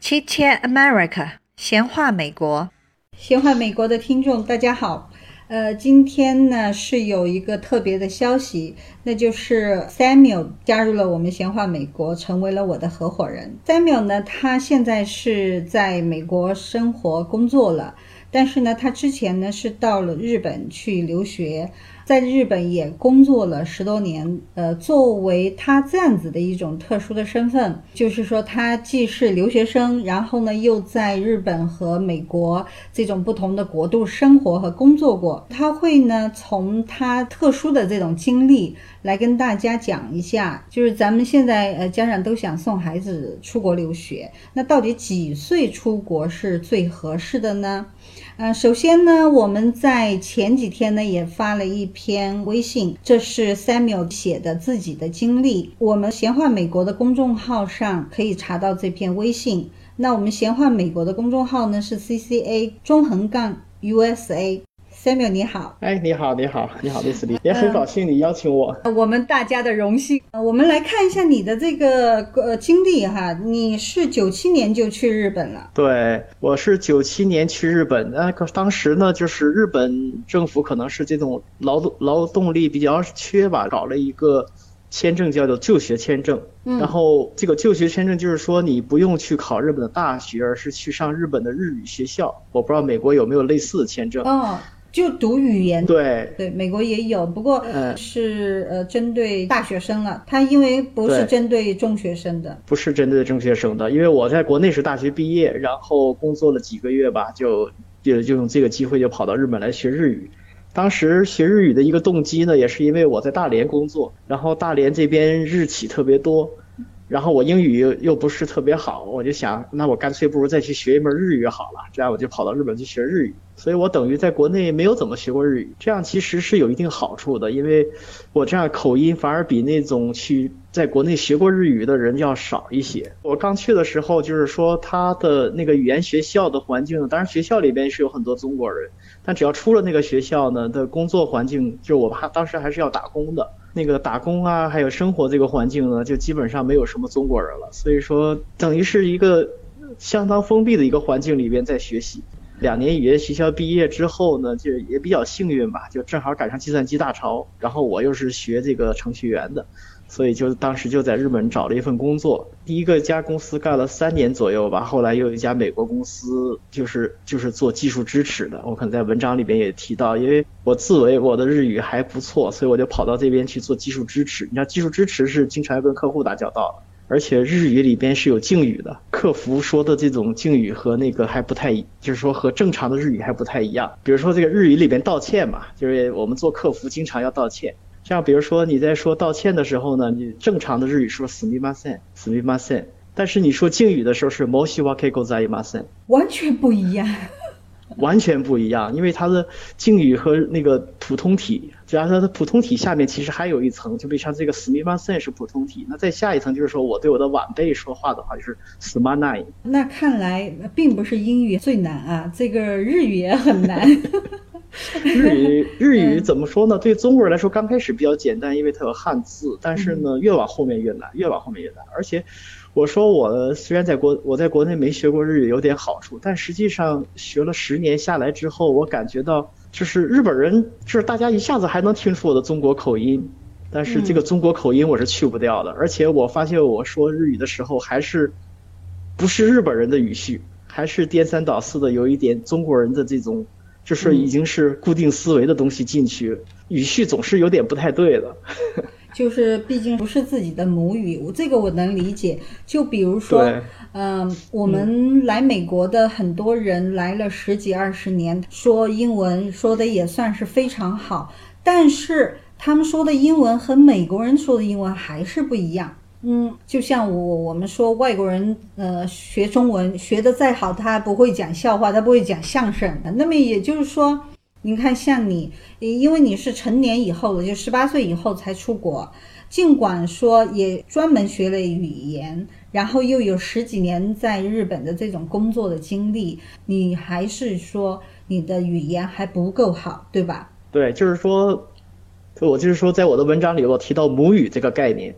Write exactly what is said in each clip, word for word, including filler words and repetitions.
Chit Chat America 闲话美国。 闲话美国的听众大家好，呃，今天呢是有一个特别的消息，那就是 Samuel 加入了我们闲话美国，成为了我的合伙人。Samuel 呢，他现在是在美国生活工作了，但是呢，他之前呢是到了日本去留学，在日本也工作了十多年。呃，作为他这样子的一种特殊的身份，就是说他既是留学生，然后呢又在日本和美国这种不同的国度生活和工作过。他会呢从他特殊的这种经历来跟大家讲一下，就是咱们现在呃家长都想送孩子出国留学，那到底几岁出国是最合适的呢？呃，首先呢，我们在前几天呢也发了一篇微信，这是 Samuel 写的自己的经历。我们闲话美国的公众号上可以查到这篇微信。那我们闲话美国的公众号呢是 C C A 中横杠 U S A。Samuel 你好。 哎，你好，你好，你好，丽丝丽，也很高兴你邀请我。 呃、我们大家的荣幸。呃、我们来看一下你的这个呃经历哈，你是九七年就去日本了。 对，我是九七年去日本，那当时呢，就是日本政府可能是这种劳动劳动力比较缺吧，搞了一个签证叫做就学签证。嗯、然后这个就学签证就是说你不用去考日本的大学，而是去上日本的日语学校。我不知道美国有没有类似的签证。 哦，就读语言。 对对，美国也有，不过是、嗯、呃针对大学生了，它因为不是针对中学生的。 不是针对中学生的，因为我在国内是大学毕业，然后工作了几个月吧，就就就用这个机会就跑到日本来学日语。当时学日语的一个动机呢，也是因为我在大连工作，然后大连这边日企特别多，然后我英语又又不是特别好，我就想那我干脆不如再去学一门日语好了，这样我就跑到日本去学日语。所以我等于在国内没有怎么学过日语，这样其实是有一定好处的，因为我这样口音反而比那种去在国内学过日语的人要少一些。我刚去的时候就是说他的那个语言学校的环境，当然学校里边是有很多中国人，但只要出了那个学校呢的工作环境，就我当时还是要打工的，那个打工啊还有生活这个环境呢就基本上没有什么中国人了，所以说等于是一个相当封闭的一个环境里边在学习。两年语言学校毕业之后呢，就也比较幸运吧，就正好赶上计算机大潮，然后我又是学这个程序员的，所以就当时就在日本找了一份工作。第一个家公司干了三年左右吧，后来又有一家美国公司，就是就是做技术支持的。我可能在文章里边也提到，因为我自为我的日语还不错，所以我就跑到这边去做技术支持。你知道技术支持是经常要跟客户打交道的，而且日语里边是有敬语的，客服说的这种敬语和那个还不太，就是说和正常的日语还不太一样。比如说这个日语里边道歉嘛，就是我们做客服经常要道歉。像比如说你在说道歉的时候呢，你正常的日语说すみませんすみません，但是你说敬语的时候是申し訳ございません， 完全不一样。 完全不一样，因为它的敬语和那个普通体，主要是它的普通体下面其实还有一层，就比如像这个すみません是普通体，那再下一层就是说我对我的晚辈说话的话就是すまない。 那看来并不是英语最难啊，这个日语也很难。 日语日语怎么说呢？对中国人来说刚开始比较简单，因为它有汉字，但是呢越往后面越难，越往后面越难。而且我说我虽然在国我在国内没学过日语有点好处，但实际上学了十年下来之后，我感觉到就是日本人就是大家一下子还能听出我的中国口音，但是这个中国口音我是去不掉的。而且我发现我说日语的时候还是不是日本人的语序，还是颠三倒四的有一点中国人的这种就是已经是固定思维的东西进去，嗯、语序总是有点不太对的。 就是毕竟不是自己的母语，这个我能理解。就比如说，嗯、呃，我们来美国的很多人来了十几二十年，说英文说的也算是非常好，但是他们说的英文和美国人说的英文还是不一样。嗯，就像我我们说外国人呃学中文学得再好，他不会讲笑话，他不会讲相声的。那么也就是说，你看像你，因为你是成年以后的，就十八岁以后才出国，尽管说也专门学了语言，然后又有十几年在日本的这种工作的经历，你还是说你的语言还不够好，对吧？ 对，就是说我就是说在我的文章里我提到母语这个概念，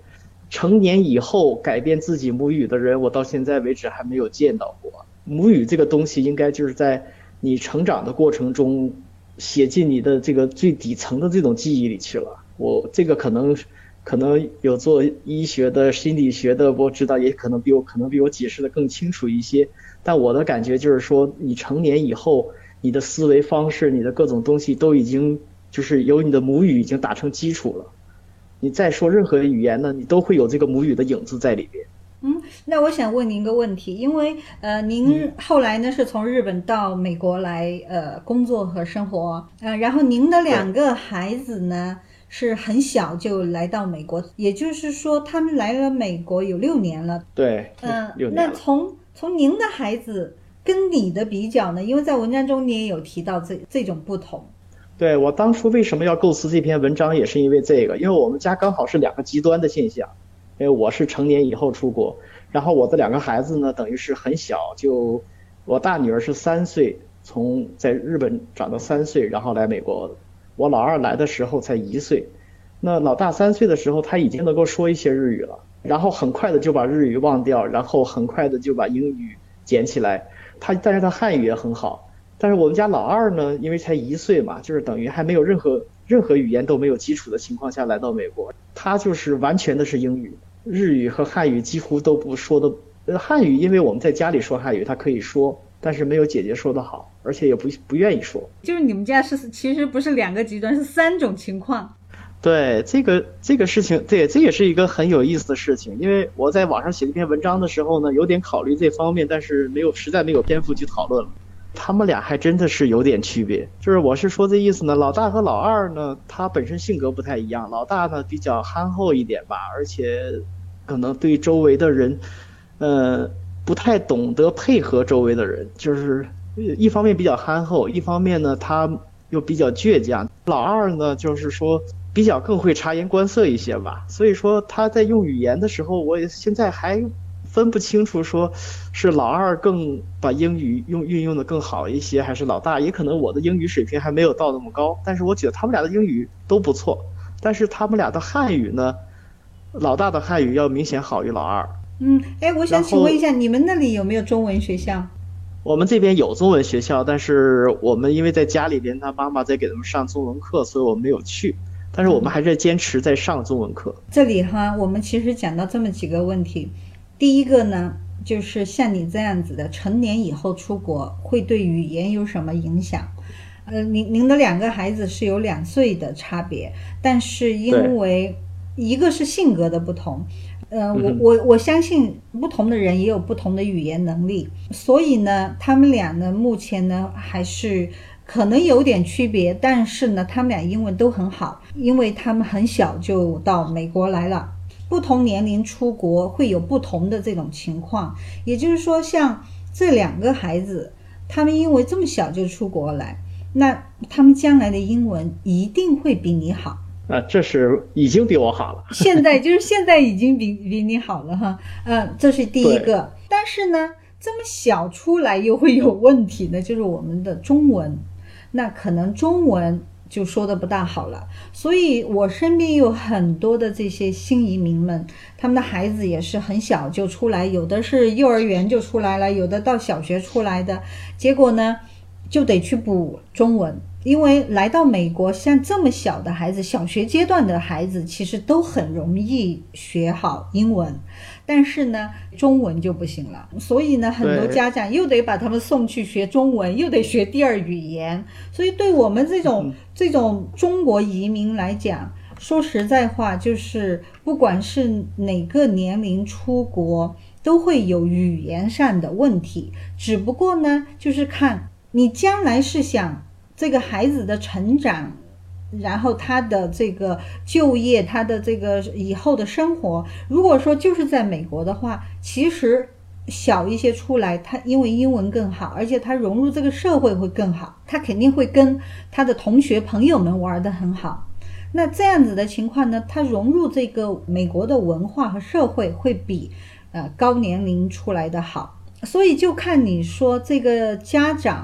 成年以后改变自己母语的人，我到现在为止还没有见到过。母语这个东西应该就是在你成长的过程中写进你的这个最底层的这种记忆里去了。我这个可能可能有做医学的心理学的，我知道也可能比我可能比我解释的更清楚一些，但我的感觉就是说，你成年以后你的思维方式，你的各种东西都已经就是由你的母语已经打成基础了，你再说任何语言呢，你都会有这个母语的影子在里边。 嗯，那我想问您一个问题，因为呃，您后来呢是从日本到美国来呃工作和生活，呃，然后您的两个孩子呢是很小就来到美国，也就是说他们来了美国有六年了。 对， 嗯、 六年了。 那从从您的孩子跟你的比较呢？因为在文章中你也有提到这这种不同。 对，我当初为什么要构思这篇文章，也是因为这个，因为我们家刚好是两个极端的现象。因为我是成年以后出国，然后我的两个孩子呢，等于是很小就，我大女儿是三岁，从在日本长到三岁，然后来美国的。我老二来的时候才一岁，那老大三岁的时候他已经能够说一些日语了，然后很快的就把日语忘掉，然后很快的就把英语捡起来。他但是他汉语也很好，但是我们家老二呢，因为才一岁嘛，就是等于还没有任何任何语言都没有基础的情况下来到美国，他就是完全的是英语。日语和汉语几乎都不说的，呃，汉语因为我们在家里说汉语，他可以说，但是没有姐姐说的好，而且也不不愿意说。 就是你们家是其实不是两个极端，是三种情况。 对，这个这个事情，对，这也是一个很有意思的事情。因为我在网上写一篇文章的时候呢，有点考虑这方面，但是没有实在没有篇幅去讨论了。他们俩还真的是有点区别，就是我是说这意思呢，老大和老二呢，他本身性格不太一样，老大呢比较憨厚一点吧，而且可能对周围的人，呃，不太懂得配合周围的人，就是一方面比较憨厚，一方面呢他又比较倔强。老二呢就是说比较更会察言观色一些吧，所以说他在用语言的时候，我现在还分不清楚说是老二更把英语用运用的更好一些，还是老大，也可能我的英语水平还没有到那么高，但是我觉得他们俩的英语都不错，但是他们俩的汉语呢，老大的汉语要明显好于老二。 嗯，哎，我想请问一下，你们那里有没有中文学校？ 我们这边有中文学校，但是我们因为在家里边他妈妈在给他们上中文课，所以我们没有去，但是我们还是坚持在上中文课。 这里哈，我们其实讲到这么几个问题。第一个呢，就是像你这样子的成年以后出国会对语言有什么影响？呃，您您的两个孩子是有两岁的差别，但是因为一个是性格的不同，呃，我我我相信不同的人也有不同的语言能力，所以呢，他们俩呢目前呢还是可能有点区别，但是呢，他们俩英文都很好，因为他们很小就到美国来了。不同年龄出国会有不同的这种情况，也就是说像这两个孩子，他们因为这么小就出国来，那他们将来的英文一定会比你好啊，这是已经比我好了。 现在就是现在已经比比你好了哈，嗯，这是第一个。但是呢，这么小出来又会有问题呢，就是我们的中文，那可能中文就说的不大好了。所以我身边有很多的这些新移民们，他们的孩子也是很小就出来，有的是幼儿园就出来了，有的到小学出来的，结果呢就得去补中文。因为来到美国，像这么小的孩子，小学阶段的孩子其实都很容易学好英文，但是呢中文就不行了，所以呢很多家长又得把他们送去学中文，又得学第二语言。所以对我们这种这种中国移民来讲，说实在话，就是不管是哪个年龄出国都会有语言上的问题，只不过呢就是看你将来是想这个孩子的成长，然后他的这个就业，他的这个以后的生活，如果说就是在美国的话，其实小一些出来，他因为英文更好，而且他融入这个社会会更好，他肯定会跟他的同学朋友们玩得很好。那这样子的情况呢，他融入这个美国的文化和社会会比呃高年龄出来的好。所以就看你说这个家长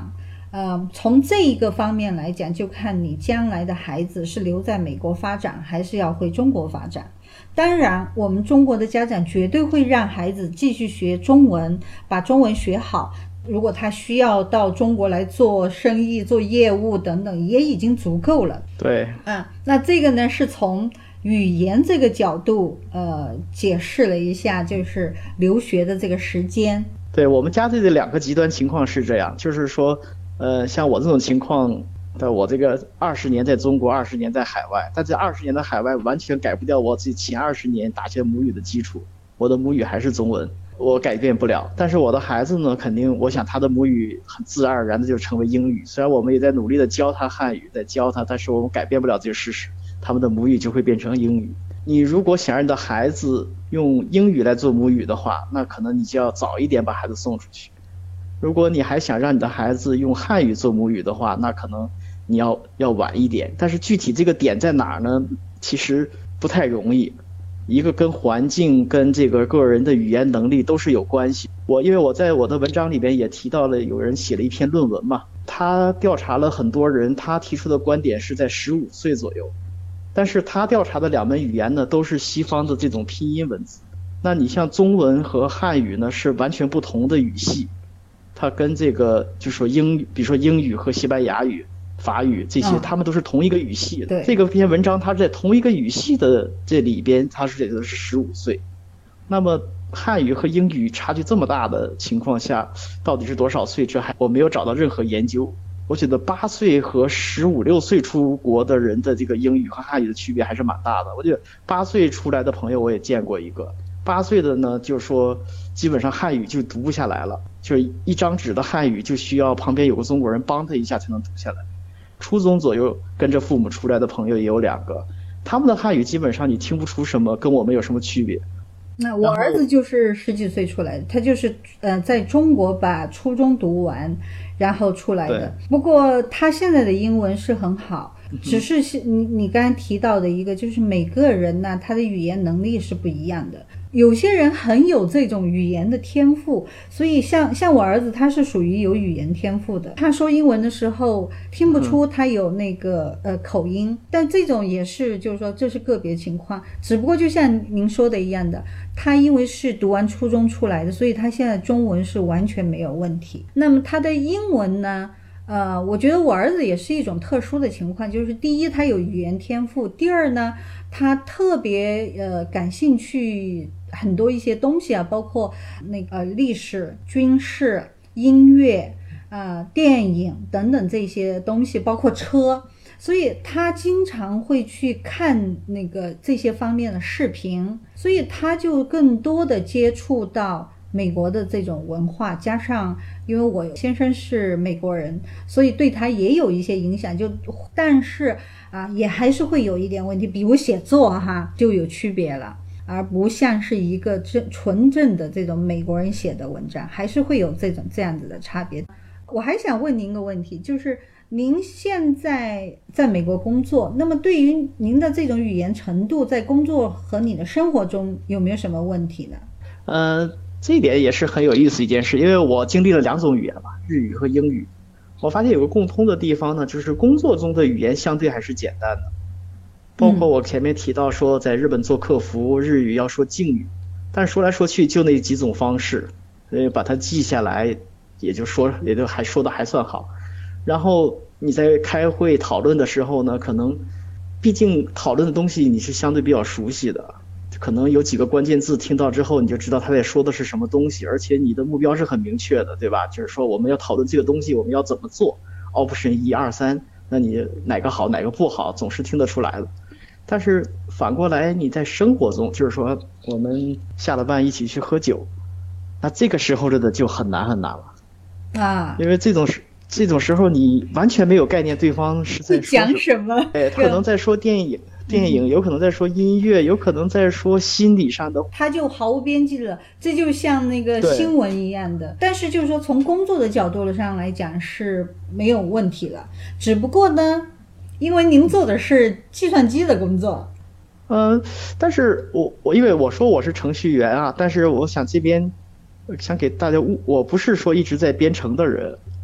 呃，从这一个方面来讲，就看你将来的孩子是留在美国发展，还是要回中国发展。当然，我们中国的家长绝对会让孩子继续学中文，把中文学好。如果他需要到中国来做生意、做业务等等，也已经足够了。 对， 啊，那这个呢是从语言这个角度，呃，解释了一下，就是留学的这个时间。 对，我们家这个两个极端情况是这样，就是说，呃，像我这种情况，我这个二十年在中国，二十年在海外，但这二十年的海外完全改不掉我自己前二十年打学母语的基础，我的母语还是中文。我改变不了，但是我的孩子呢，肯定我想他的母语很自然而然的就成为英语。虽然我们也在努力的教他汉语，在教他，但是我们改变不了这个事实，他们的母语就会变成英语。你如果想让你的孩子用英语来做母语的话，那可能你就要早一点把孩子送出去。如果你还想让你的孩子用汉语做母语的话，那可能你要要晚一点。但是具体这个点在哪儿呢？其实不太容易。一个跟环境跟这个个人的语言能力都是有关系。我因为我在我的文章里边也提到了，有人写了一篇论文嘛，他调查了很多人，他提出的观点是在十五岁左右，但是他调查的两门语言呢都是西方的这种拼音文字。那你像中文和汉语呢是完全不同的语系，它跟这个就说英语，比如说英语和西班牙语、法语这些，他们都是同一个语系的。这个篇文章它在同一个语系的这里边，它是写的是十五岁。那么汉语和英语差距这么大的情况下，到底是多少岁？这还我没有找到任何研究。我觉得八岁和十五六岁出国的人的这个英语和汉语的区别还是蛮大的。我觉得八岁出来的朋友我也见过一个，八岁的呢，就是说基本上汉语就读不下来了，就是一张纸的汉语就需要旁边有个中国人帮他一下才能读下来。初中左右跟着父母出来的朋友也有两个，他们的汉语基本上你听不出什么跟我们有什么区别。 那我儿子就是十几岁出来的，他就是呃在中国把初中读完然后出来的。不过他现在的英文是很好，只是你你刚才提到的一个，就是每个人呢他的语言能力是不一样的。有些人很有这种语言的天赋，所以像像我儿子他是属于有语言天赋的，他说英文的时候听不出他有那个呃口音，但这种也是就是说这是个别情况，只不过就像您说的一样的，他因为是读完初中出来的，所以他现在中文是完全没有问题。那么他的英文呢，呃，我觉得我儿子也是一种特殊的情况，就是第一他有语言天赋，第二呢他特别呃感兴趣很多一些东西啊，包括那个、呃、历史、军事、音乐、呃电影等等这些东西，包括车，所以他经常会去看那个这些方面的视频，所以他就更多的接触到美国的这种文化，加上因为我先生是美国人，所以对他也有一些影响，就但是啊也还是会有一点问题，比如写作哈就有区别了，而不像是一个真纯正的这种美国人写的文章，还是会有这种这样子的差别。我还想问您一个问题，就是您现在在美国工作，那么对于您的这种语言程度，在工作和你的生活中有没有什么问题呢？ 呃，这一点也是很有意思一件事，因为我经历了两种语言嘛，日语和英语。我发现有个共通的地方呢，就是工作中的语言相对还是简单的。包括我前面提到说在日本做客服，日语要说敬语，但是说来说去就那几种方式，所以把它记下来也就说也就还说的还算好。然后你在开会讨论的时候呢，可能毕竟讨论的东西你是相对比较熟悉的，可能有几个关键字听到之后你就知道他在说的是什么东西，而且你的目标是很明确的，对吧？就是说我们要讨论这个东西我们要怎么做 option 一二三，那你哪个好哪个不好总是听得出来的。但是反过来你在生活中，就是说我们下了班一起去喝酒，那这个时候真的就很难很难了啊，因为这种这种时候你完全没有概念对方是在说讲什么， 哎，可能在说电影电影，有可能在说音乐，有可能在说心理上的， 他就毫无边际了，这就像那个新闻一样的。但是就是说从工作的角度上来讲是没有问题了，只不过呢因为您做的是计算机的工作。 呃，但是我我因为我说我是程序员啊，但是我想这边想给大家，我不是说一直在编程的人，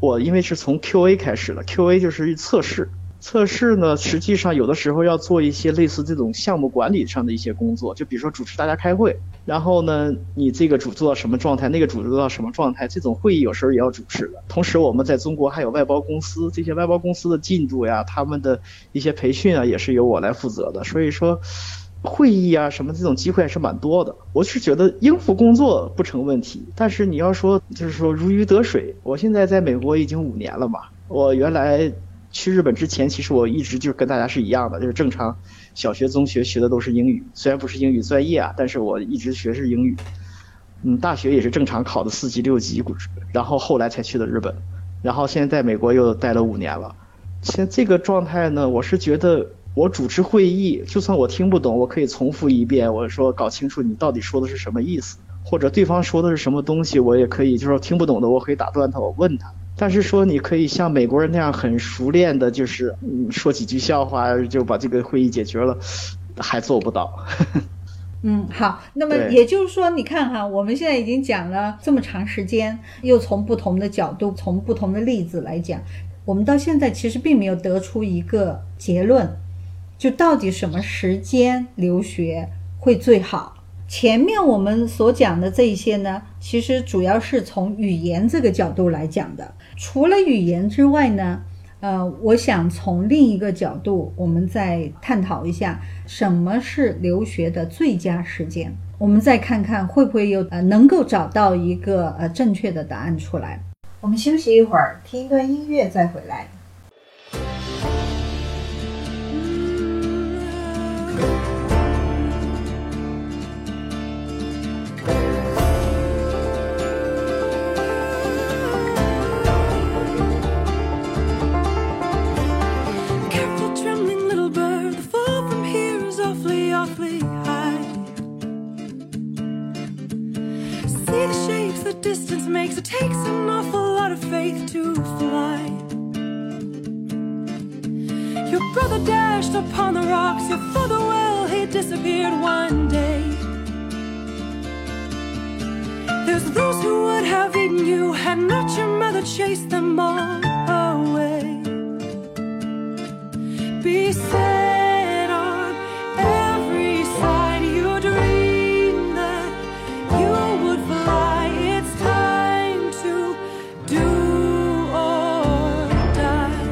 我因为是从 Q A 开始的 ，Q A 就是测试。测试呢，实际上有的时候要做一些类似这种项目管理上的一些工作，就比如说主持大家开会，然后呢，你这个组做到什么状态，那个组做到什么状态，这种会议有时候也要主持的。同时，我们在中国还有外包公司，这些外包公司的进度呀，他们的一些培训啊，也是由我来负责的。所以说，会议啊什么这种机会还是蛮多的。我是觉得应付工作不成问题，但是你要说就是说如鱼得水，我现在在美国已经五年了嘛，我原来去日本之前，其实我一直就跟大家是一样的，就是正常小学、中学学的都是英语，虽然不是英语专业啊，但是我一直学是英语。嗯，大学也是正常考的四级、六级，然后后来才去的日本，然后现在在美国又待了五年了。现在这个状态呢，我是觉得我主持会议，就算我听不懂，我可以重复一遍，我说搞清楚你到底说的是什么意思，或者对方说的是什么东西，我也可以，就是说听不懂的，我可以打断他，我问他。但是说你可以像美国人那样很熟练的，就是嗯说几句笑话就把这个会议解决了，还做不到。 嗯，好，那么也就是说，你看哈，我们现在已经讲了这么长时间，又从不同的角度，从不同的例子来讲，我们到现在其实并没有得出一个结论，就到底什么时间留学会最好。前面我们所讲的这些呢，其实主要是从语言这个角度来讲的。除了语言之外呢，呃，我想从另一个角度，我们再探讨一下什么是留学的最佳时间。我们再看看会不会有呃能够找到一个呃正确的答案出来。我们休息一会儿，听一段音乐再回来。 Upon the rocks, your father, well, he disappeared one day. There's those who would have eaten you had not your mother chased them all away. Beset on every side, you dream that you would fly. It's time to do or die.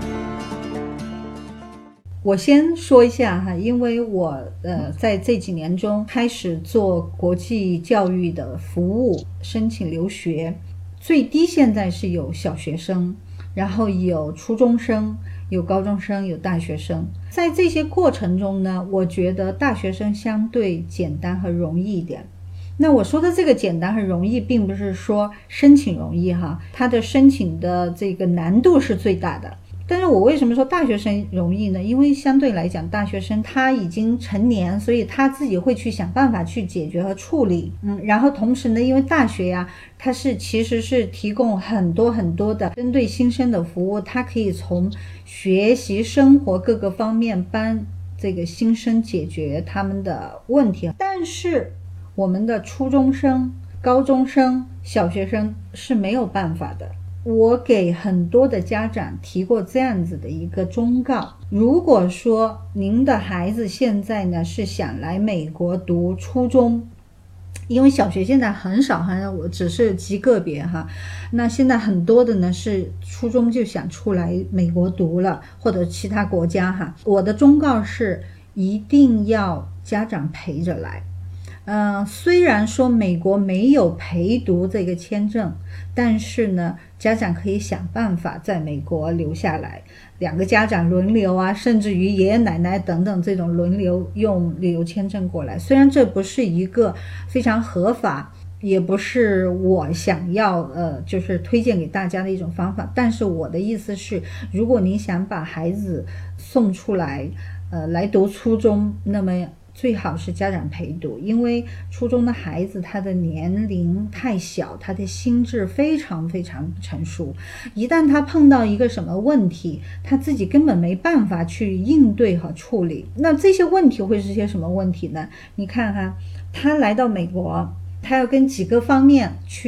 我先说一下哈，因为我呃在这几年中开始做国际教育的服务，申请留学，最低现在是有小学生，然后有初中生，有高中生，有大学生。在这些过程中呢，我觉得大学生相对简单和容易一点。那我说的这个简单和容易，并不是说申请容易哈，它的申请的这个难度是最大的。但是我为什么说大学生容易呢？因为相对来讲，大学生他已经成年，所以他自己会去想办法去解决和处理。嗯，然后同时呢，因为大学呀，它是其实是提供很多很多的针对新生的服务，它可以从学习、生活各个方面帮这个新生解决他们的问题。但是我们的初中生、高中生、小学生是没有办法的。我给很多的家长提过这样子的一个忠告，如果说您的孩子现在呢是想来美国读初中，因为小学现在很少很少，我只是极个别哈，那现在很多的呢是初中就想出来美国读了，或者其他国家哈，我的忠告是一定要家长陪着来。呃，虽然说美国没有陪读这个签证，但是呢，家长可以想办法在美国留下来，两个家长轮流啊，甚至于爷爷奶奶等等这种轮流用旅游签证过来。虽然这不是一个非常合法，也不是我想要呃，就是推荐给大家的一种方法，但是我的意思是，如果你想把孩子送出来，呃，来读初中，那么最好是家长陪读，因为初中的孩子他的年龄太小，他的心智非常非常不成熟，一旦他碰到一个什么问题，他自己根本没办法去应对和处理。那这些问题会是些什么问题呢？你看哈，他来到美国，他要跟几个方面去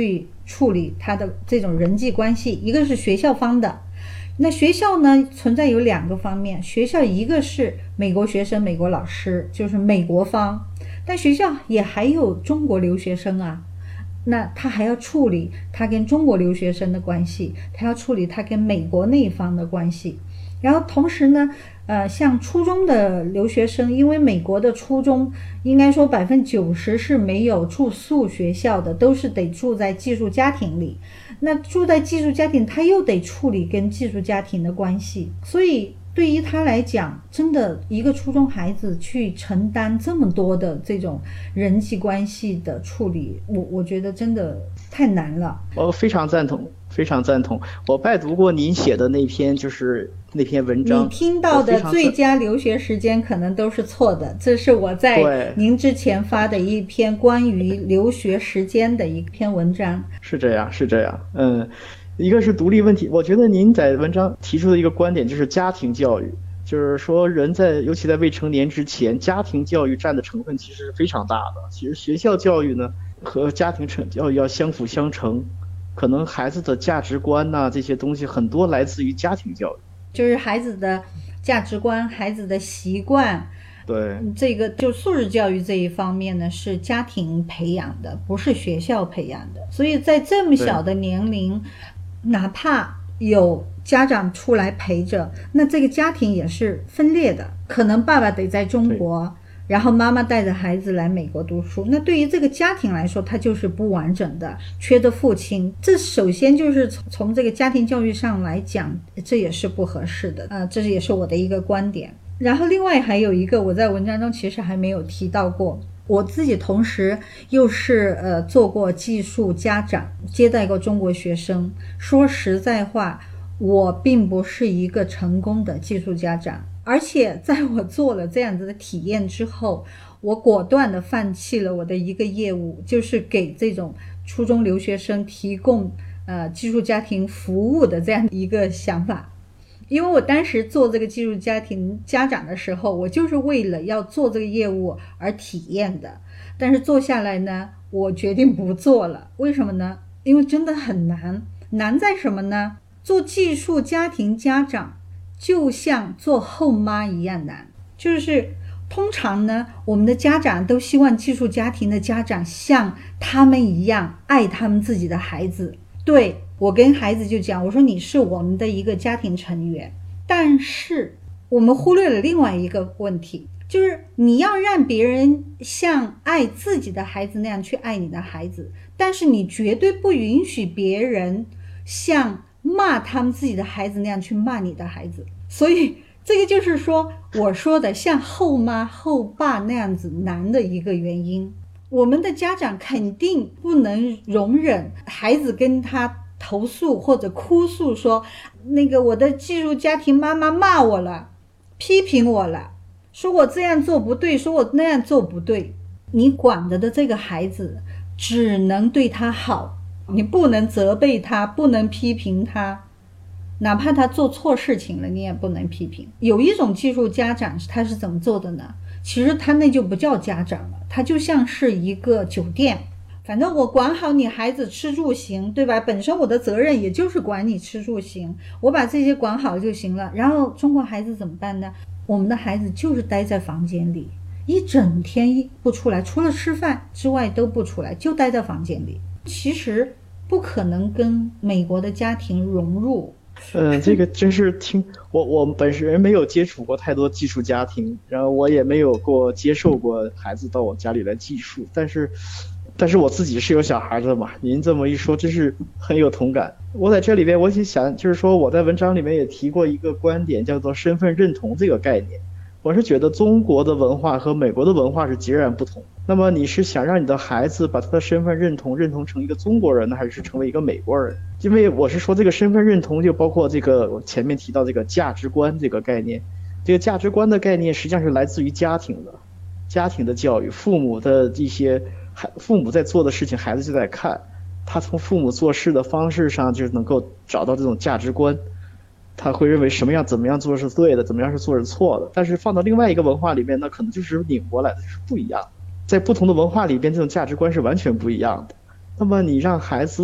处理他的这种人际关系，一个是学校方的。那学校呢存在有两个方面，学校一个是美国学生美国老师，就是美国方，但学校也还有中国留学生啊，那他还要处理他跟中国留学生的关系，他要处理他跟美国那一方的关系。然后同时呢呃，像初中的留学生，因为美国的初中应该说百分之九十是没有住宿学校的，都是得住在寄宿家庭里。那住在寄宿家庭，他又得处理跟寄宿家庭的关系，所以对于他来讲，真的一个初中孩子去承担这么多的这种人际关系的处理，我我觉得真的太难了。 我非常赞同，非常赞同。我拜读过您写的那篇，就是那篇文章。 你听到的最佳留学时间可能都是错的，这是我在您之前发的一篇关于留学时间的一篇文章。 是这样，是这样，嗯。一个是独立问题，我觉得您在文章提出的一个观点就是家庭教育，就是说人在尤其在未成年之前，家庭教育占的成分其实是非常大的。其实学校教育呢和家庭教育要相辅相成，可能孩子的价值观呐、啊、这些东西很多来自于家庭教育， 就是孩子的价值观、孩子的习惯。 对， 这个就素质教育这一方面呢，是家庭培养的，不是学校培养的。所以在这么小的年龄，哪怕有家长出来陪着，那这个家庭也是分裂的，可能爸爸得在中国，然后妈妈带着孩子来美国读书，那对于这个家庭来说，它就是不完整的，缺的父亲。这首先就是从这个家庭教育上来讲，这也是不合适的，呃，这也是我的一个观点。然后另外还有一个，我在文章中其实还没有提到过，我自己同时又是呃做过寄宿家长，接待过中国学生。说实在话，我并不是一个成功的寄宿家长，而且在我做了这样子的体验之后，我果断地放弃了我的一个业务，就是给这种初中留学生提供呃寄宿家庭服务的这样一个想法。因为我当时做这个寄宿家庭家长的时候，我就是为了要做这个业务而体验的，但是做下来呢，我决定不做了。为什么呢？因为真的很难。难在什么呢？做寄宿家庭家长就像做后妈一样难，就是通常呢，我们的家长都希望寄宿家庭的家长像他们一样爱他们自己的孩子。对，我跟孩子就讲，我说你是我们的一个家庭成员，但是我们忽略了另外一个问题，就是你要让别人像爱自己的孩子那样去爱你的孩子，但是你绝对不允许别人像骂他们自己的孩子那样去骂你的孩子。所以这个就是说我说的像后妈后爸那样子难的一个原因。我们的家长肯定不能容忍孩子跟他投诉或者哭诉说，那个我的寄宿家庭妈妈骂我了，批评我了，说我这样做不对，说我那样做不对。你管着的这个孩子只能对他好，你不能责备他，不能批评他，哪怕他做错事情了，你也不能批评。有一种寄宿家长他是怎么做的呢？其实他那就不叫家长了，他就像是一个酒店，反正我管好你孩子吃住行，对吧？本身我的责任也就是管你吃住行，我把这些管好就行了。然后中国孩子怎么办呢？我们的孩子就是待在房间里，一整天不出来，除了吃饭之外都不出来，就待在房间里。其实不可能跟美国的家庭融入。 嗯，这个真是听我我本人没有接触过太多寄宿家庭，然后我也没有过接受过孩子到我家里来寄宿，但是但是我自己是有小孩的嘛，您这么一说真是很有同感。我在这里边我也想就是说，我在文章里面也提过一个观点，叫做身份认同这个概念。我是觉得中国的文化和美国的文化是截然不同，那么你是想让你的孩子把他的身份认同认同成一个中国人呢，还是成为一个美国人？因为我是说这个身份认同就包括这个我前面提到这个价值观这个概念，这个价值观的概念实际上是来自于家庭的，家庭的教育，父母的一些父母在做的事情孩子就在看，他从父母做事的方式上就能够找到这种价值观，他会认为什么样怎么样做是对的，怎么样是做是错的。但是放到另外一个文化里面，那可能就是拧过来的，是不一样的。在不同的文化里边，这种价值观是完全不一样的。那么你让孩子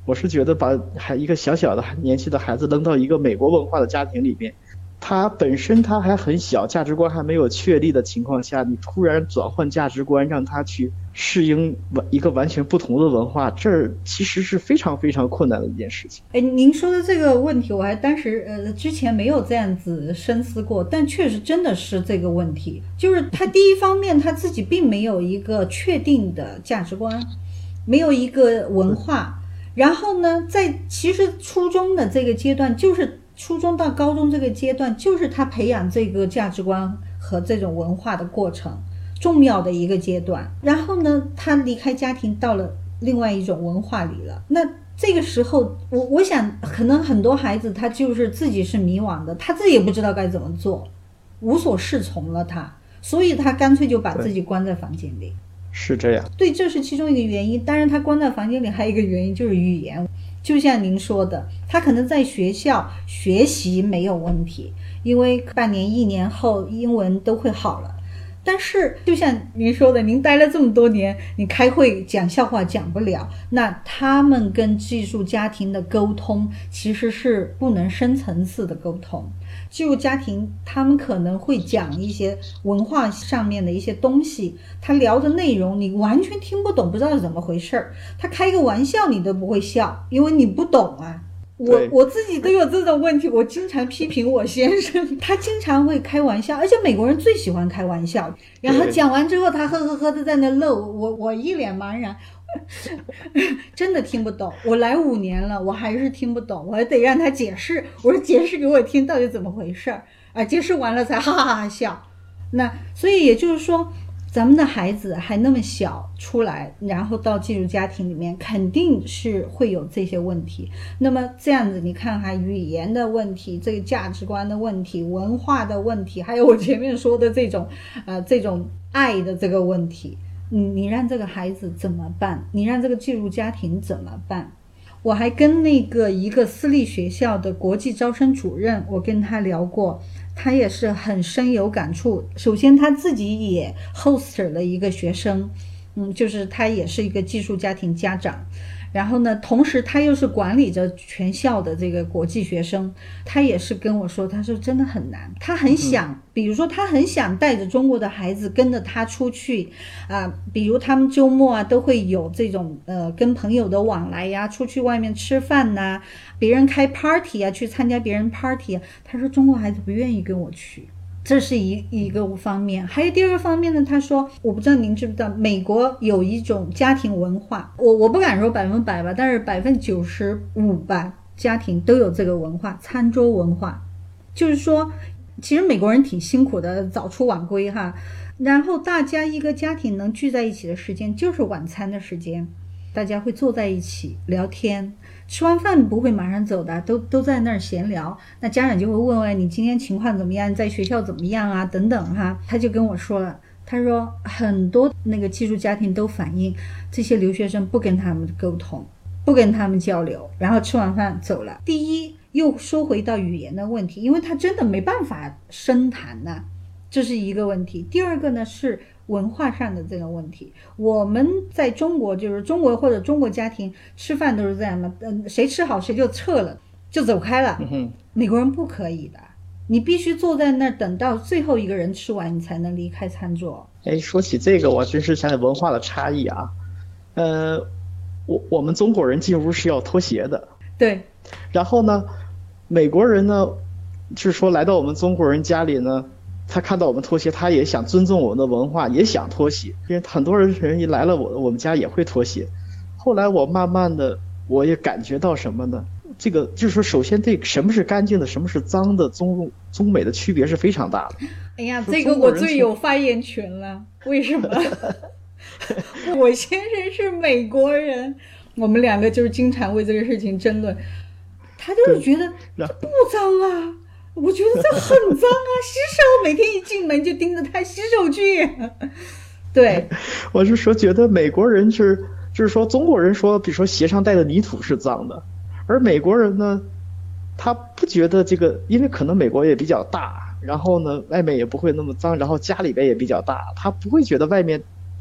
我是觉得把还一个小小的年纪的孩子扔到一个美国文化的家庭里面，他本身他还很小，价值观还没有确立的情况下，你突然转换价值观，让他去适应一个完全不同的文化，这其实是非常非常困难的一件事情。 哎，您说的这个问题，我还当时呃之前没有这样子深思过，但确实真的是这个问题，就是他第一方面他自己并没有一个确定的价值观，没有一个文化，然后呢，在其实初中的这个阶段，就是初中到高中这个阶段，就是他培养这个价值观和这种文化的过程重要的一个阶段。然后呢，他离开家庭到了另外一种文化里了，那这个时候我我想可能很多孩子他就是自己是迷惘的，他自己也不知道该怎么做，无所适从了他，所以他干脆就把自己关在房间里。 是这样， 对，这是其中一个原因。当然他关在房间里还有一个原因就是语言，就像您说的，他可能在学校学习没有问题，因为半年一年后英文都会好了，但是就像您说的，您待了这么多年，你开会讲笑话讲不了，那他们跟寄宿家庭的沟通其实是不能深层次的沟通。寄宿家庭他们可能会讲一些文化上面的一些东西，他聊的内容你完全听不懂，不知道是怎么回事，他开个玩笑你都不会笑，因为你不懂啊。我我自己都有这种问题，我经常批评我先生，他经常会开玩笑，而且美国人最喜欢开玩笑，然后讲完之后他呵呵呵的在那漏，我我一脸茫然，真的听不懂。我来五年了，我还是听不懂，我还得让他解释，我说解释给我听到底怎么回事啊？解释完了才哈哈哈笑。那所以也就是说，咱们的孩子还那么小出来，然后到寄宿家庭里面，肯定是会有这些问题。那么这样子你看看语言的问题，这个价值观的问题，文化的问题，还有我前面说的这种呃这种爱的这个问题，你你让这个孩子怎么办？你让这个寄宿家庭怎么办？我还跟那个一个私立学校的国际招生主任，我跟他聊过，他也是很深有感触。首先他自己也 host 了一个学生，嗯，就是他也是一个寄宿家庭家长，然后呢，同时他又是管理着全校的这个国际学生，他也是跟我说，他说真的很难，他很想，比如说他很想带着中国的孩子跟着他出去啊、呃，比如他们周末啊都会有这种呃跟朋友的往来呀，出去外面吃饭呐、啊，别人开 party 啊，去参加别人 party 啊，他说中国孩子不愿意跟我去。这是一一个方面，还有第二个方面呢，他说我不知道您知不知道，美国有一种家庭文化，我我不敢说百分百吧，但是百分之九十五吧家庭都有这个文化，餐桌文化。就是说其实美国人挺辛苦的，早出晚归哈，然后大家一个家庭能聚在一起的时间就是晚餐的时间，大家会坐在一起聊天，吃完饭不会马上走的，都都在那儿闲聊。那家长就会问问你今天情况怎么样，你在学校怎么样啊等等哈。他就跟我说了，他说很多那个寄宿家庭都反映这些留学生不跟他们沟通，不跟他们交流，然后吃完饭走了。第一，又说回到语言的问题，因为他真的没办法深谈呢，这是一个问题。第二个呢是文化上的这个问题，我们在中国就是中国或者中国家庭吃饭都是这样的，嗯，谁吃好谁就撤了，就走开了。 嗯、 美国人不可以的，你必须坐在那儿等到最后一个人吃完，你才能离开餐桌。 哎，说起这个，我真是想起文化的差异啊。呃，我我们中国人进屋是要脱鞋的， 对。 然后呢，美国人呢，就是说来到我们中国人家里呢。他看到我们脱鞋，他也想尊重我们的文化，也想脱鞋。因为很多人人一来了我我们家也会脱鞋。后来我慢慢的我也感觉到什么呢？这个就是说，首先对什么是干净的，什么是脏的，中中美的区别是非常大的。 哎呀，这个我最有发言权了。为什么？我先生是美国人，我们两个就是经常为这个事情争论。他就是觉得不脏啊。我觉得这很脏啊，洗手，每天一进门就盯着他洗手去。对， 我是说觉得美国人是就是说中国人说比如说鞋上带的泥土是脏的，而美国人呢他不觉得这个，因为可能美国也比较大，然后呢外面也不会那么脏，然后家里边也比较大，他不会觉得外面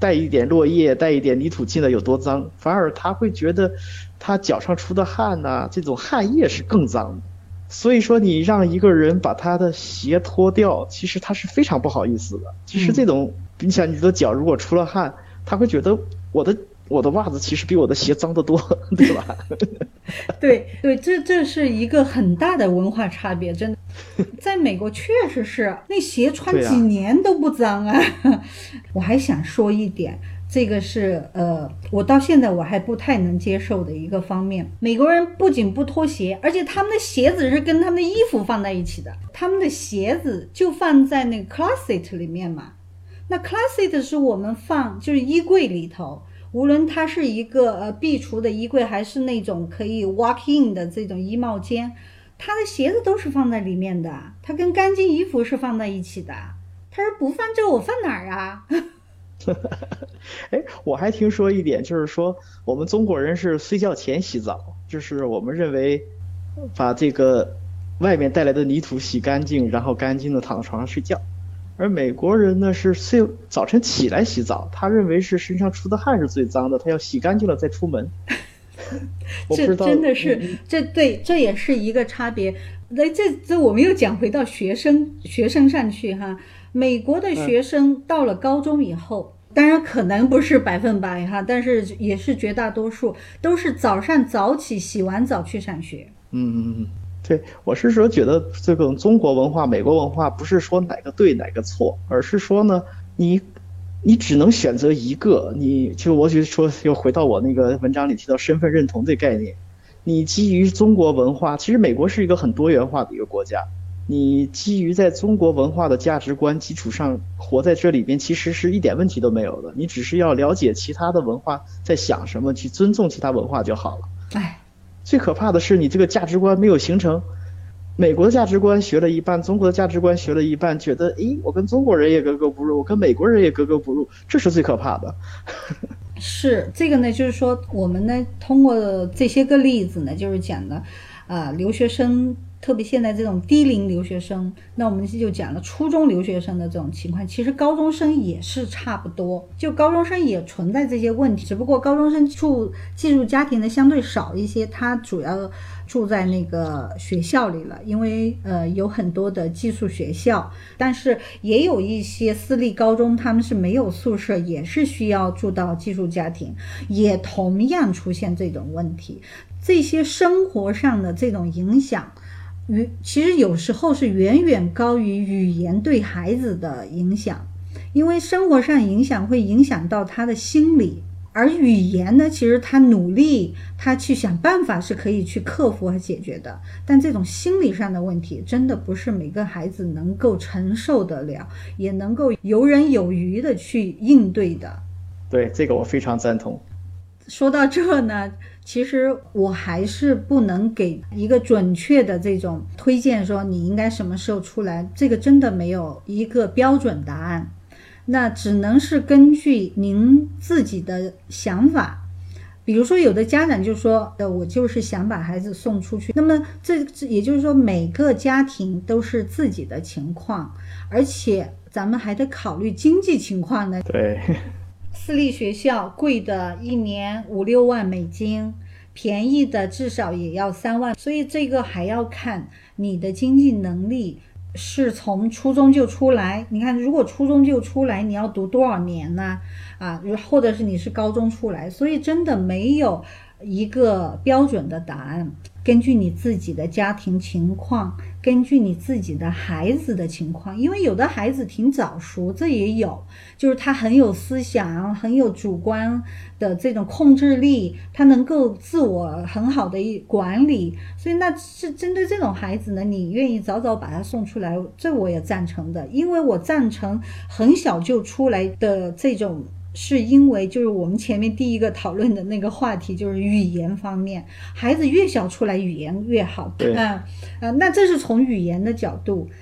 带一点落叶、带一点泥土进来有多脏，反而他会觉得他脚上出的汗呐、啊，这种汗液是更脏的。所以说，你让一个人把他的鞋脱掉，其实他是非常不好意思的。其实这种，你想你的脚如果出了汗，他会觉得我的我的袜子其实比我的鞋脏得多，对吧？ 对对，这这是一个很大的文化差别，真的。在美国确实是那鞋穿几年都不脏啊。啊我还想说一点。这个是呃，我到现在我还不太能接受的一个方面。美国人不仅不脱鞋，而且他们的鞋子是跟他们的衣服放在一起的，他们的鞋子就放在那个 closet 里面嘛。那 closet 是我们放就是衣柜里头，无论它是一个呃壁橱的衣柜，还是那种可以 walk in 的这种衣帽间，他的鞋子都是放在里面的，他跟干净衣服是放在一起的。他说不放这我放哪儿啊？ 哎，我还听说一点，就是说我们中国人是睡觉前洗澡，就是我们认为把这个外面带来的泥土洗干净，然后干净的躺床上睡觉。而美国人呢是睡早晨起来洗澡，他认为是身上出的汗是最脏的，他要洗干净了再出门。我不知道， 这真的是，这对，这也是一个差别。那这这我们又讲回到学生学生上去哈。美国的学生到了高中以后，嗯、当然可能不是百分百哈，但是也是绝大多数都是早上早起，洗完澡去上学。 嗯嗯嗯，对，我是说觉得这种中国文化、美国文化不是说哪个对哪个错，而是说呢，你你只能选择一个。你就我就说又回到我那个文章里提到身份认同这概念，你基于中国文化，其实美国是一个很多元化的一个国家。你基于在中国文化的价值观基础上活在这里边，其实是一点问题都没有的。你只是要了解其他的文化在想什么，去尊重其他文化就好了。 哎， 最可怕的是你这个价值观没有形成。美国的价值观学了一半，中国的价值观学了一半，觉得诶，我跟中国人也格格不入，我跟美国人也格格不入，这是最可怕的。 是这个呢，就是说我们呢通过这些个例子呢，就是讲的啊、呃，留学生。特别现在这种低龄留学生，那我们就讲了初中留学生的这种情况，其实高中生也是差不多，就高中生也存在这些问题，只不过高中生住寄宿家庭的相对少一些，他主要住在那个学校里了，因为呃有很多的寄宿学校，但是也有一些私立高中他们是没有宿舍，也是需要住到寄宿家庭，也同样出现这种问题。这些生活上的这种影响其实有时候是远远高于语言对孩子的影响，因为生活上影响会影响到他的心理，而语言呢，其实他努力他去想办法是可以去克服和解决的，但这种心理上的问题真的不是每个孩子能够承受得了，也能够游刃有余的去应对的。 对，这个我非常赞同。 说到这呢，其实我还是不能给一个准确的这种推荐说你应该什么时候出来，这个真的没有一个标准答案，那只能是根据您自己的想法。比如说有的家长就说呃，我就是想把孩子送出去，那么这也就是说每个家庭都是自己的情况，而且咱们还得考虑经济情况呢。 对， 私立学校贵的一年五六万美金，便宜的至少也要三万，所以这个还要看你的经济能力是从初中就出来。你看如果初中就出来，你要读多少年呢？啊，或者是你是高中出来，所以真的没有一个标准的答案，根据你自己的家庭情况，根据你自己的孩子的情况，因为有的孩子挺早熟，这也有，就是他很有思想，很有主观的这种控制力，他能够自我很好的管理，所以那是针对这种孩子呢，你愿意早早把他送出来，这我也赞成的，因为我赞成很小就出来的这种，是因为就是我们前面第一个讨论的那个话题，就是语言方面，孩子越小出来语言越好。 对， 啊、呃，那这是从语言的角度。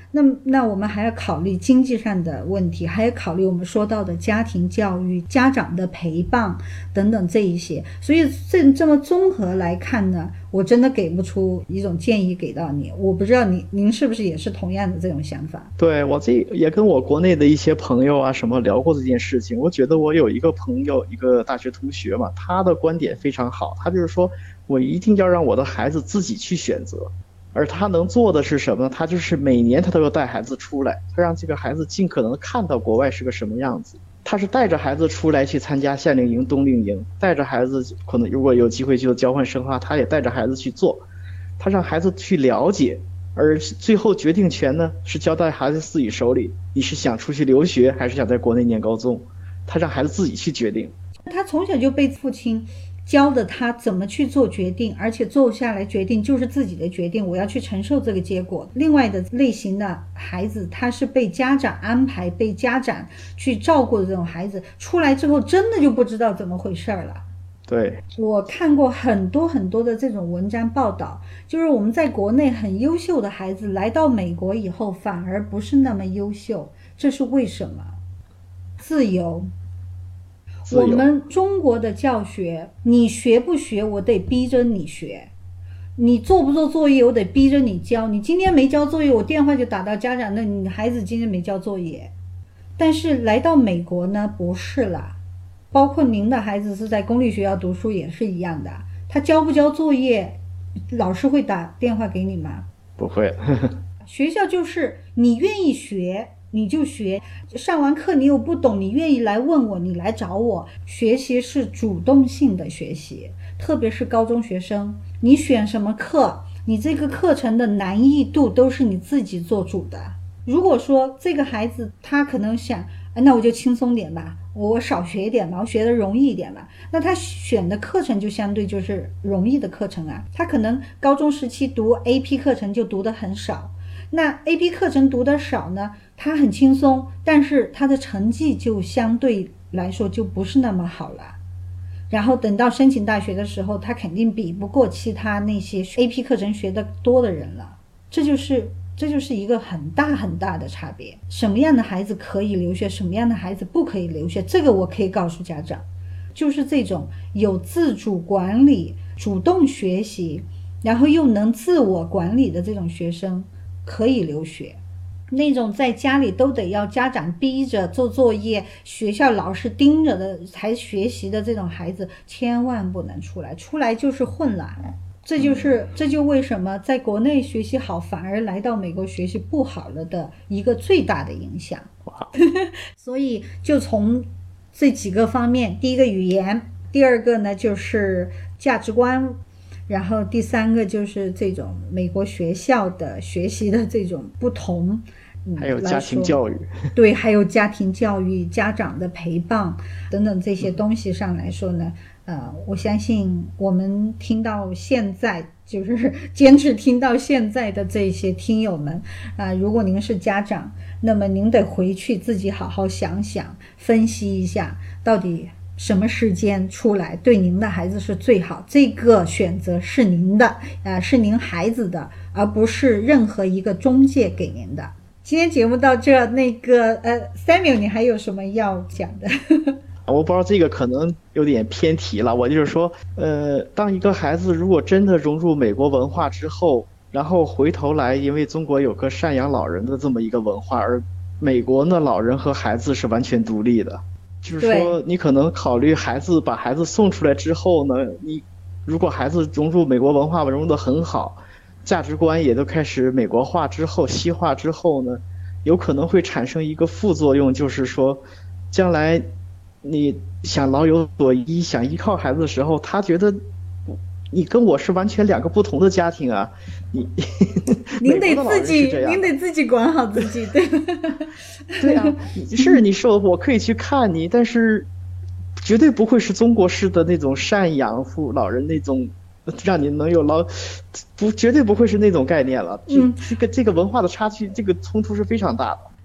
那那我们还要考虑经济上的问题，还要考虑我们说到的家庭教育、家长的陪伴等等这一些。所以这这么综合来看呢，我真的给不出一种建议给到你。我不知道你您是不是也是同样的这种想法？ 对，我这也跟我国内的一些朋友啊什么聊过这件事情。我觉得我有一个朋友，一个大学同学嘛，他的观点非常好，他就是说我一定要让我的孩子自己去选择。而他能做的是什么呢？他就是每年他都要带孩子出来，他让这个孩子尽可能看到国外是个什么样子。他是带着孩子出来去参加夏令营、冬令营，带着孩子可能如果有机会去做交换生的话，他也带着孩子去做，他让孩子去了解，而最后决定权呢是交在孩子自己手里。你是想出去留学，还是想在国内念高中？他让孩子自己去决定。 他从小就被父亲教的他怎么去做决定，而且做下来决定就是自己的决定，我要去承受这个结果。另外的类型的孩子，他是被家长安排、被家长去照顾的这种孩子，出来之后真的就不知道怎么回事了。 对， 我看过很多很多的这种文章报道，就是我们在国内很优秀的孩子来到美国以后反而不是那么优秀，这是为什么？自由。我们中国的教学，你学不学我得逼着你学，你做不做作业我得逼着你交，你今天没交作业我电话就打到家长，那你孩子今天没交作业。但是来到美国呢，不是啦，包括您的孩子是在公立学校读书也是一样的，他交不交作业老师会打电话给你吗？ 不会。 学校就是你愿意学你就学，上完课你有不懂你愿意来问我，你来找我。学习是主动性的学习，特别是高中学生，你选什么课，你这个课程的难易度都是你自己做主的。如果说这个孩子他可能想，那我就轻松点吧，我少学一点吧，我学得容易一点吧，那他选的课程就相对就是容易的课程啊。他可能高中时期读 A P 课程就读得很少，那 A P 课程读得少呢，他很轻松，但是他的成绩就相对来说就不是那么好了。然后等到申请大学的时候，他肯定比不过其他那些 A P 课程学得多的人了。这就是这就是一个很大很大的差别。什么样的孩子可以留学，什么样的孩子不可以留学，这个我可以告诉家长，就是这种有自主管理、主动学习，然后又能自我管理的这种学生可以留学。那种在家里都得要家长逼着做作业，学校老师盯着的才学习的这种孩子千万不能出来，出来就是混了。这就是这就为什么在国内学习好反而来到美国学习不好了的一个最大的影响。所以就从这几个方面，第一个语言，第二个呢就是价值观，然后第三个就是这种美国学校的学习的这种不同，嗯、 还有家庭教育， 对，还有家庭教育、家长的陪伴等等这些东西上来说呢，呃，我相信我们听到现在，就是坚持听到现在的这些听友们啊、呃，如果您是家长，那么您得回去自己好好想想，分析一下到底什么时间出来对您的孩子是最好，这个选择是您的，呃，是您孩子的，而不是任何一个中介给您的。今天节目到这，那个呃 Samuel 你还有什么要讲的？ 我不知道这个可能有点偏题了，我就是说呃，当一个孩子如果真的融入美国文化之后，然后回头来，因为中国有个赡养老人的这么一个文化，而美国呢老人和孩子是完全独立的，就是说你可能考虑孩子把孩子送出来之后呢，你如果孩子融入美国文化融入得很好，价值观也都开始美国化之后西化之后呢，有可能会产生一个副作用，就是说将来你想老有所依，想依靠孩子的时候，他觉得你跟我是完全两个不同的家庭啊，你您得自己您得自己管好自己，对对啊，是你说我可以去看你，但是绝对不会是中国式的那种赡养父老人那种让你能有老，不绝对不会是那种概念了。嗯，这个这个文化的差距，这个冲突是非常大的。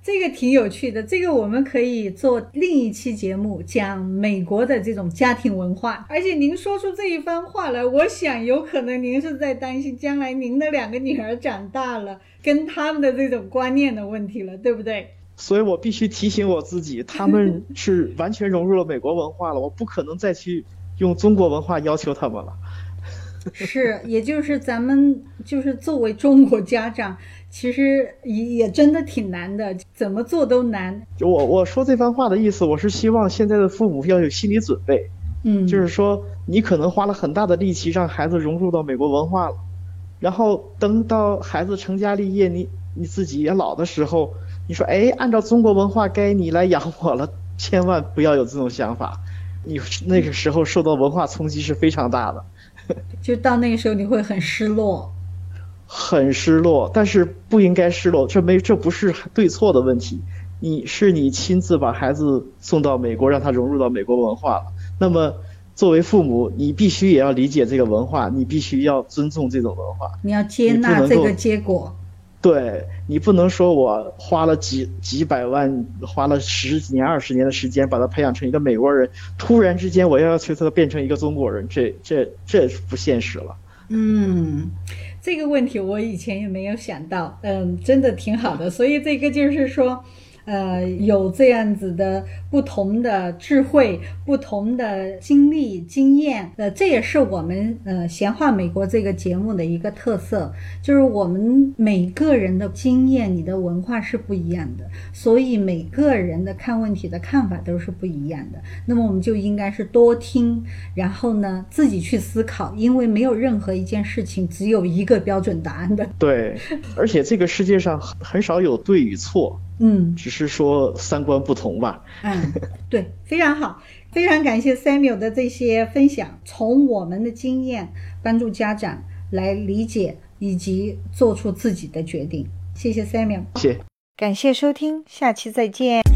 这个挺有趣的，这个我们可以做另一期节目，讲美国的这种家庭文化。而且您说出这一番话来，我想有可能您是在担心将来您的两个女儿长大了，跟他们的这种观念的问题了，对不对？ 所以我必须提醒我自己，他们是完全融入了美国文化了，我不可能再去用中国文化要求他们了。 是，也就是咱们就是作为中国家长，其实也也真的挺难的，怎么做都难。 就我我说这番话的意思，我是希望现在的父母要有心理准备， 嗯， 就是说你可能花了很大的力气让孩子融入到美国文化了，然后等到孩子成家立业，你你自己也老的时候，你说哎，按照中国文化该你来养我了，千万不要有这种想法，你那个时候受到文化冲击是非常大的。 就到那个时候你会很失落， 很失落，但是不应该失落，这没这不是对错的问题，你是你亲自把孩子送到美国，让他融入到美国文化了。那么作为父母，你必须也要理解这个文化，你必须要尊重这种文化， 你要接纳这个结果。 对，你不能说我花了几几百万，花了十几年、二十年的时间把他培养成一个美国人，突然之间我要求他变成一个中国人，这这这不现实了。 嗯，这个问题我以前也没有想到，嗯，真的挺好的。所以这个就是说，呃，有这样子的不同的智慧、不同的经历、经验，呃，这也是我们呃闲话美国这个节目的一个特色，就是我们每个人的经验、你的文化是不一样的，所以每个人的看问题的看法都是不一样的。那么我们就应该是多听，然后呢自己去思考，因为没有任何一件事情只有一个标准答案的。 对，而且这个世界上很少有对与错。 嗯， 只是说三观不同吧。 嗯，对，非常好，非常感谢 Samuel 的这些分享，从我们的经验帮助家长来理解以及做出自己的决定。谢谢 Samuel， 谢谢， 感谢收听，下期再见。